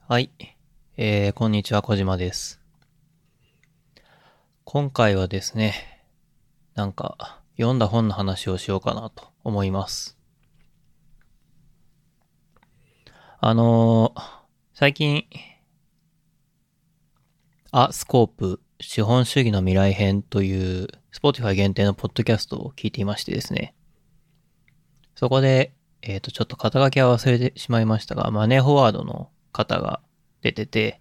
はい。こんにちは、小島です。今回はですね、読んだ本の話をしようかなと思います。あのー最近、スコープ、資本主義の未来編という、Spotify 限定のポッドキャストを聞いていましてですね、そこで、ちょっと肩書きは忘れてしまいましたが、マネーフォワードの方が出てて、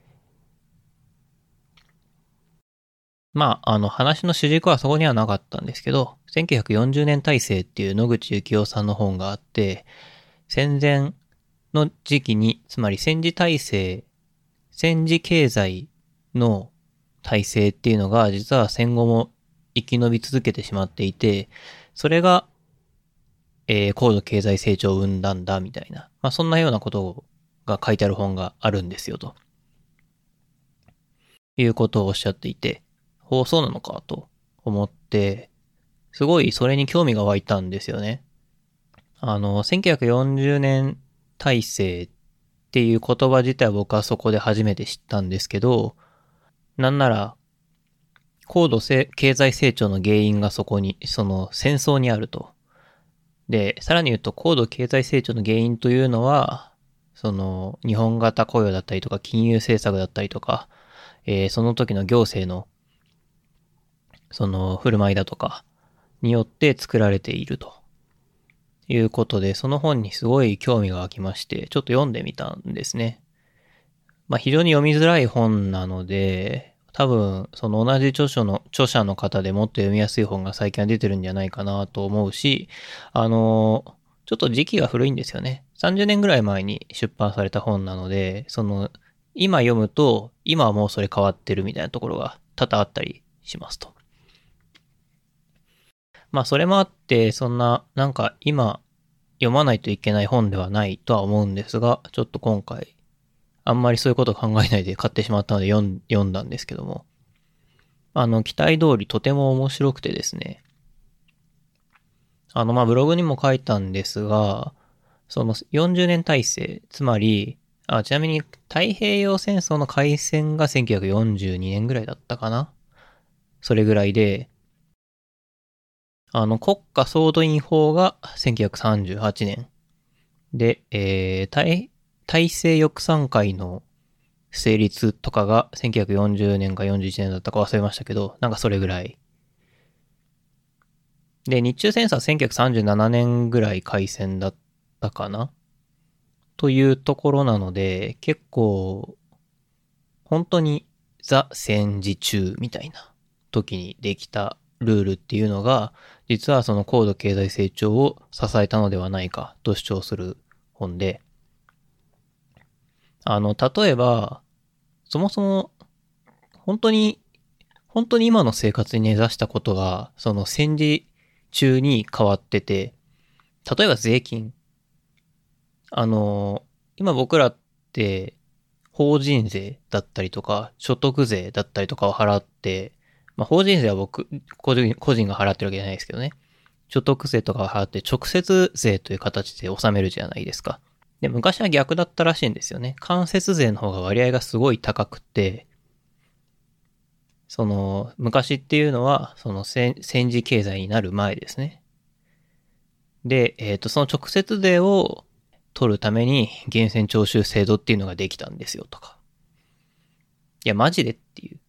話の主軸はそこにはなかったんですけど、1940年体制っていう野口幸雄さんの本があって、戦前の時期に、つまり戦時体制、戦時経済の体制っていうのが実は戦後も生き延び続けてしまっていて、それが、高度経済成長を生んだんだみたいな、そんなようなことが書いてある本があるんですよということをおっしゃっていて、そうなのかと思って、すごいそれに興味が湧いたんですよね。1940年体制っていう言葉自体は僕はそこで初めて知ったんですけど、なんなら、高度経済成長の原因がそこに、その戦争にあると。で、さらに言うと高度経済成長の原因というのは、その日本型雇用だったりとか金融政策だったりとか、その時の行政のその振る舞いだとかによって作られているということで、その本にすごい興味が湧きまして、ちょっと読んでみたんですね。非常に読みづらい本なので、多分、その同じ著者の方でもっと読みやすい本が最近は出てるんじゃないかなと思うし、ちょっと時期が古いんですよね。30年ぐらい前に出版された本なので、今読むと、今はもうそれ変わってるみたいなところが多々あったりしますと。それもあって、今読まないといけない本ではないとは思うんですが、ちょっと今回あんまりそういうことを考えないで買ってしまったので読んだんですけども、期待通りとても面白くてですね、ブログにも書いたんですが、その40年体制、つまり、ちなみに太平洋戦争の開戦が1942年ぐらいだったかな、それぐらいで、国家総動員法が1938年。で、体制抑散会の成立とかが1940年か41年だったか忘れましたけど、なんかそれぐらい。で、日中戦争は1937年ぐらい開戦だったかなというところなので、結構、本当にザ戦時中みたいな時にできたルールっていうのが、実はその高度経済成長を支えたのではないかと主張する本で、例えば、そもそも、本当に、本当に今の生活に根ざしたことが、その戦時中に変わってて、例えば税金。今僕らって、法人税だったりとか、所得税だったりとかを払って、法人税は個人が払ってるわけじゃないですけどね。所得税とかを払って直接税という形で納めるじゃないですか。で、昔は逆だったらしいんですよね。間接税の方が割合がすごい高くて、昔っていうのは、戦時経済になる前ですね。で、その直接税を取るために、源泉徴収制度っていうのができたんですよ、とか。いや、マジでっていう。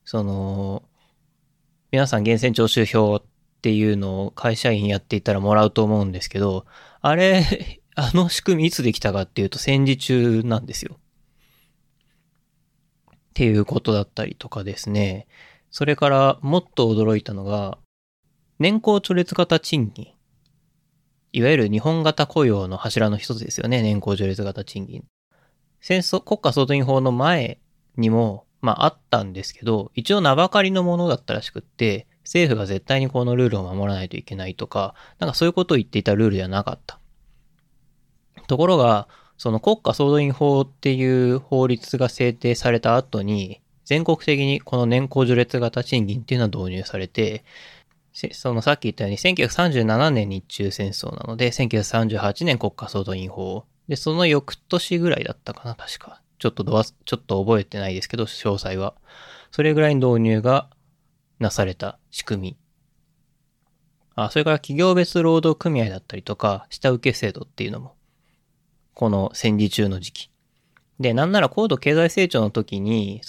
皆さん源泉徴収票っていうのを会社員やっていたらもらうと思うんですけど、あれ、あの仕組みいつできたかっていうと戦時中なんですよ。っていうことだったりとかですね。それからもっと驚いたのが、年功序列型賃金。いわゆる日本型雇用の柱の一つですよね。年功序列型賃金。国家総動員法の前にも、あったんですけど、一応名ばかりのものだったらしくって、政府が絶対にこのルールを守らないといけないとか、なんかそういうことを言っていたルールではなかった。ところが、その国家総動員法っていう法律が制定された後に、全国的にこの年功序列型賃金っていうのは導入されて、さっき言ったように1937年日中戦争なので、1938年国家総動員法。で、その翌年ぐらいだったかな、確か。 ちょっと覚えてないですけど、詳細は。それぐらいの導入がなされた仕組み。それから企業別労働組合だったりとか、下請け制度っていうのも、この戦時中の時期。で、なんなら高度経済成長の時に、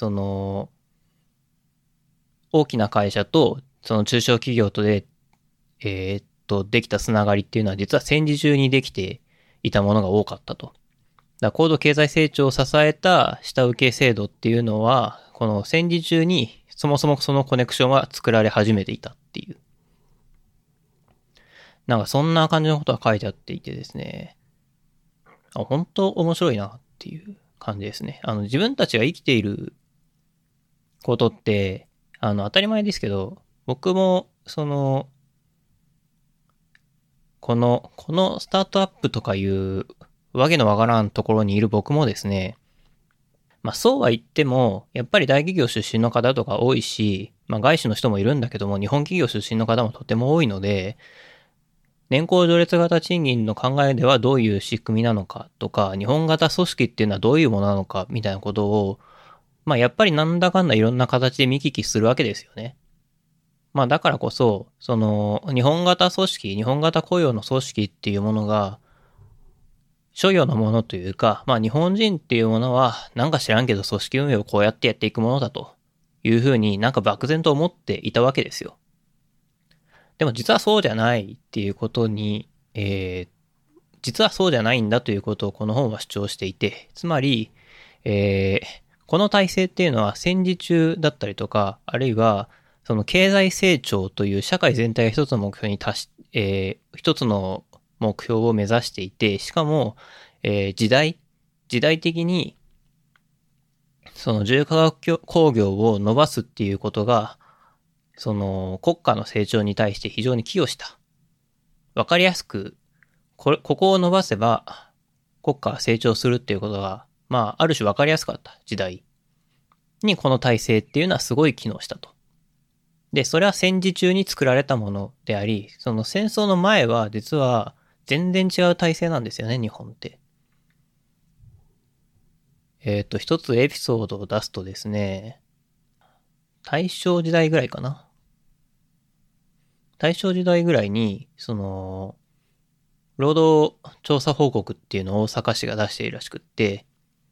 大きな会社と、その中小企業とで、できたつながりっていうのは実は戦時中にできていたものが多かったと。だから高度経済成長を支えた下請け制度っていうのは、この戦時中にそもそもそのコネクションは作られ始めていたっていう。なんかそんな感じのことが書いてあっていてですね。本当面白いなっていう感じですね。自分たちが生きていることって、当たり前ですけど、僕も、このスタートアップとかいうわけのわからんところにいる僕もですね、そうは言っても、やっぱり大企業出身の方とか多いし、外資の人もいるんだけども、日本企業出身の方もとても多いので、年功序列型賃金の考えではどういう仕組みなのかとか、日本型組織っていうのはどういうものなのかみたいなことを、やっぱりなんだかんだいろんな形で見聞きするわけですよね。だからこそ、日本型組織、日本型雇用の組織っていうものが、諸与のものというか、日本人っていうものは、なんか知らんけど組織運営をこうやってやっていくものだというふうになんか漠然と思っていたわけですよ。でも実はそうじゃないっていうことに、実はそうじゃないんだということをこの本は主張していて、つまり、この体制っていうのは戦時中だったりとか、あるいは、その経済成長という社会全体が一つの目標に一つの目標を目指していて、しかも、時代的に、その重化学工業を伸ばすっていうことが、その国家の成長に対して非常に寄与した。わかりやすく、ここを伸ばせば国家が成長するっていうことが、ある種わかりやすかった時代にこの体制っていうのはすごい機能したと。で、それは戦時中に作られたものであり、その戦争の前は実は全然違う体制なんですよね、日本って。一つエピソードを出すとですね、大正時代ぐらいかな。大正時代ぐらいに、労働調査報告っていうのを大阪市が出しているらしくって、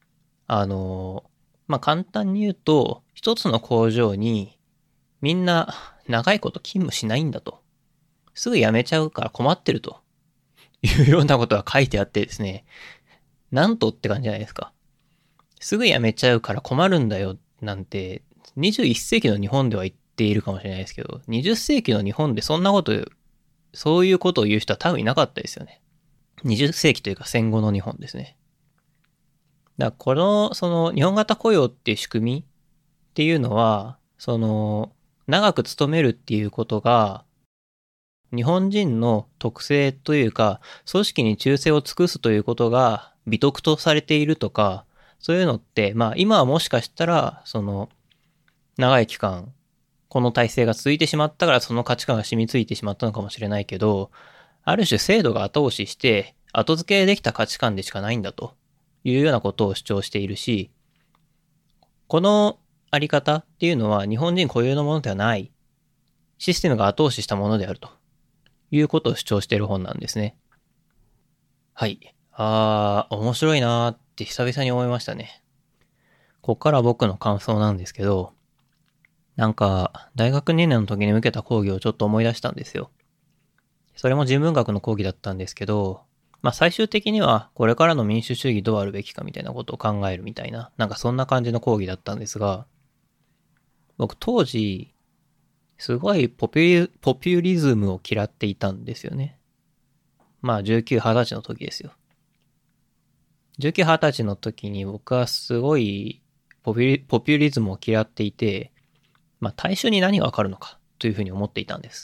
簡単に言うと、一つの工場にみんな長いこと勤務しないんだと。すぐ辞めちゃうから困ってるというようなことが書いてあってですね、なんとって感じじゃないですか。すぐ辞めちゃうから困るんだよなんて、21世紀の日本では言っているかもしれないですけど、20世紀の日本でそういうことを言う人は多分いなかったですよね。20世紀というか戦後の日本ですね。だから日本型雇用っていう仕組みっていうのは、長く勤めるっていうことが、日本人の特性というか、組織に忠誠を尽くすということが美徳とされているとか、そういうのって、今はもしかしたら、長い期間、この体制が続いてしまったからその価値観が染みついてしまったのかもしれないけど、ある種制度が後押しして、後付けできた価値観でしかないんだというようなことを主張しているし、このあり方っていうのは日本人固有のものではない、システムが後押ししたものであるということを主張している本なんですね。はい。面白いなーって久々に思いましたね。こっから僕の感想なんですけど、なんか、大学2年の時に受けた講義をちょっと思い出したんですよ。それも人文学の講義だったんですけど、最終的にはこれからの民主主義どうあるべきかみたいなことを考えるみたいな、なんかそんな感じの講義だったんですが、僕当時、すごいポピュリズムを嫌っていたんですよね。19、20歳の時ですよ。19、20歳の時に僕はすごいポピュリズムを嫌っていて、大衆に何がわかるのかというふうに思っていたんです。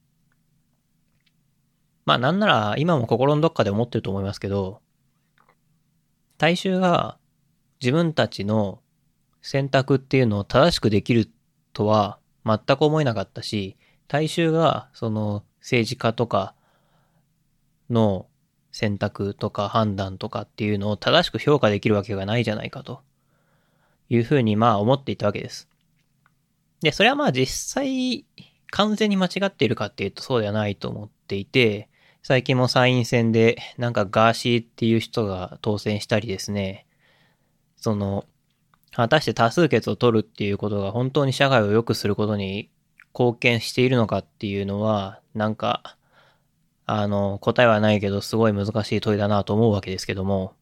なんなら今も心のどっかで思ってると思いますけど、大衆が自分たちの選択っていうのを正しくできるとは全く思えなかったし、大衆がその政治家とかの選択とか判断とかっていうのを正しく評価できるわけがないじゃないかというふうに思っていたわけです。で、それは実際完全に間違っているかっていうとそうではないと思っていて、最近も参院選でガーシーっていう人が当選したりですね、果たして多数決を取るっていうことが本当に社会を良くすることに貢献しているのかっていうのは、答えはないけどすごい難しい問いだなと思うわけですけども、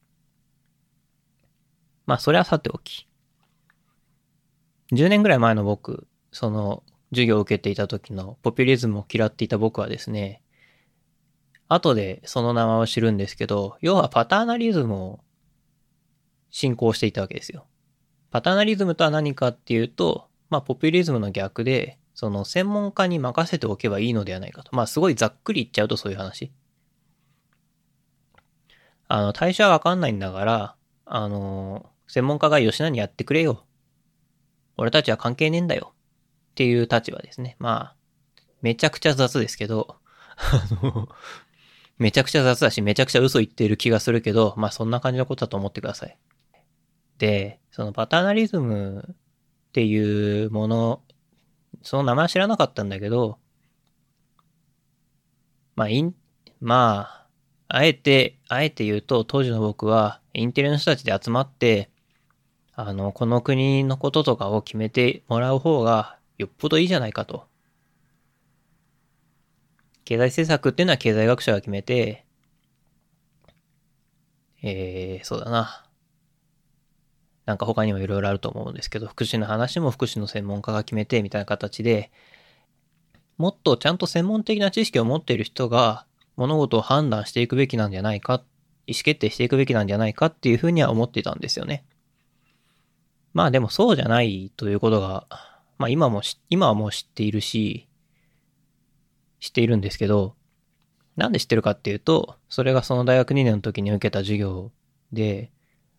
それはさておき。10年ぐらい前の僕、授業を受けていた時のポピュリズムを嫌っていた僕はですね、後でその名前を知るんですけど、要はパターナリズムを信仰していたわけですよ。パターナリズムとは何かっていうと、ポピュリズムの逆で、専門家に任せておけばいいのではないかと。すごいざっくり言っちゃうとそういう話。対象はわかんないんだから、専門家が吉田にやってくれよ。俺たちは関係ねえんだよ。っていう立場ですね。めちゃくちゃ雑ですけど、めちゃくちゃ雑だし、めちゃくちゃ嘘言っている気がするけど、そんな感じのことだと思ってください。で、そのパターナリズムっていうもの、その名前は知らなかったんだけど、あえて言うと、当時の僕は、インテリの人たちで集まって、この国のこととかを決めてもらう方が、よっぽどいいじゃないかと。経済政策っていうのは経済学者が決めて、そうだな。他にもいろいろあると思うんですけど、福祉の話も福祉の専門家が決めてみたいな形で、もっとちゃんと専門的な知識を持っている人が物事を判断していくべきなんじゃないか、意思決定していくべきなんじゃないかっていうふうには思っていたんですよね。でもそうじゃないということが、今はもう知っているし、知っているんですけど、なんで知ってるかっていうと、それがその大学2年の時に受けた授業で、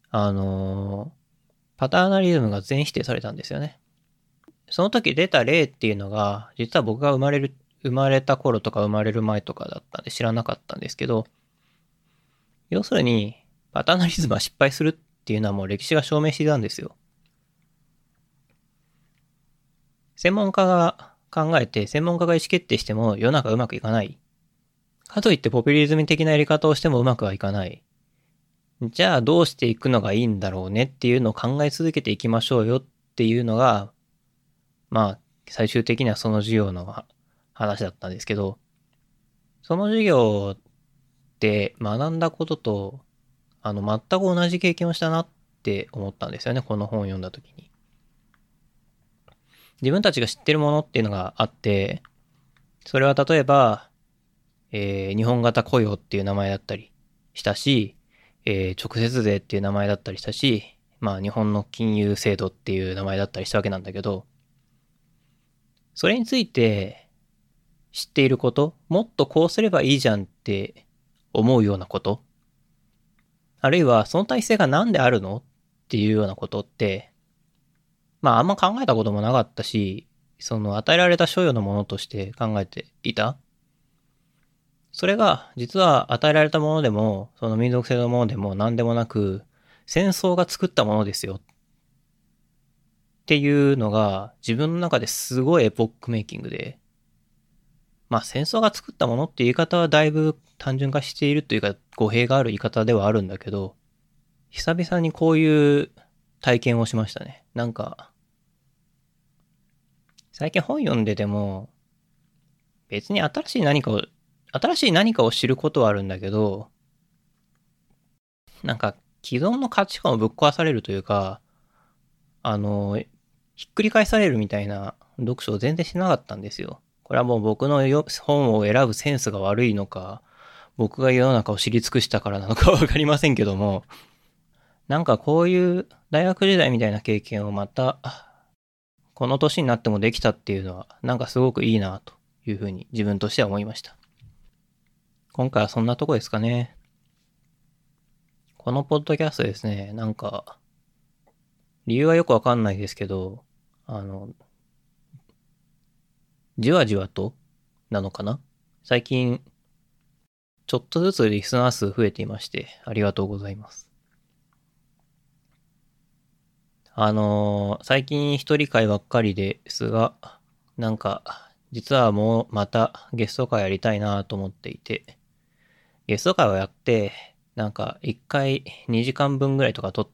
パターナリズムが全否定されたんですよね。その時出た例っていうのが、実は僕が生まれた頃とか生まれる前とかだったんで知らなかったんですけど、要するに、パターナリズムは失敗するっていうのはもう歴史が証明していたんですよ。専門家が考えて、専門家が意思決定しても世の中うまくいかない。かといってポピュリズム的なやり方をしてもうまくはいかない。じゃあどうしていくのがいいんだろうねっていうのを考え続けていきましょうよっていうのが、最終的にはその授業の話だったんですけど、その授業で学んだことと、全く同じ経験をしたなって思ったんですよね、この本を読んだ時に。自分たちが知ってるものっていうのがあって、それは例えば、日本型雇用っていう名前だったりしたし、直接税っていう名前だったりしたし、日本の金融制度っていう名前だったりしたわけなんだけど、それについて知っていること、もっとこうすればいいじゃんって思うようなこと、あるいはその体制がなんであるのっていうようなことって、あんま考えたこともなかったし、与えられた所有のものとして考えていた。それが、実は与えられたものでも、その民族性のものでも何でもなく、戦争が作ったものですよ。っていうのが、自分の中ですごいエポックメイキングで、戦争が作ったものっていう言い方はだいぶ単純化しているというか、語弊がある言い方ではあるんだけど、久々にこういう体験をしましたね。最近本読んでても、別に新しい何かを知ることはあるんだけど、既存の価値観をぶっ壊されるというか、ひっくり返されるみたいな読書を全然しなかったんですよ。これはもう僕の本を選ぶセンスが悪いのか、僕が世の中を知り尽くしたからなのかわかりませんけども、こういう大学時代みたいな経験をまた、この年になってもできたっていうのは、すごくいいなというふうに自分としては思いました。今回はそんなとこですかね。このポッドキャストですね、理由はよくわかんないですけど、じわじわとなのかな、最近、 ちょっとずつリスナー数増えていまして、ありがとうございます。最近一人会ばっかりですが、なんか、実はもうまたゲスト会やりたいなと思っていて、ゲスト会をやって、なんか一回2時間分ぐらいとか撮って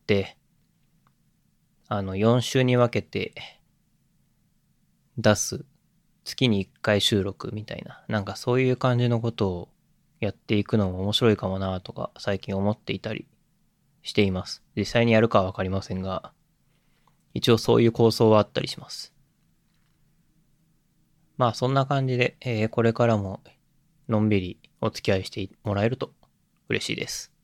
、4週に分けて出す、月に1回収録みたいな、なんかそういう感じのことをやっていくのも面白いかもなとか最近思っていたりしています。実際にやるかはわかりませんが、一応そういう構想はあったりします。まあそんな感じで、これからものんびりお付き合いしてもらえると嬉しいです。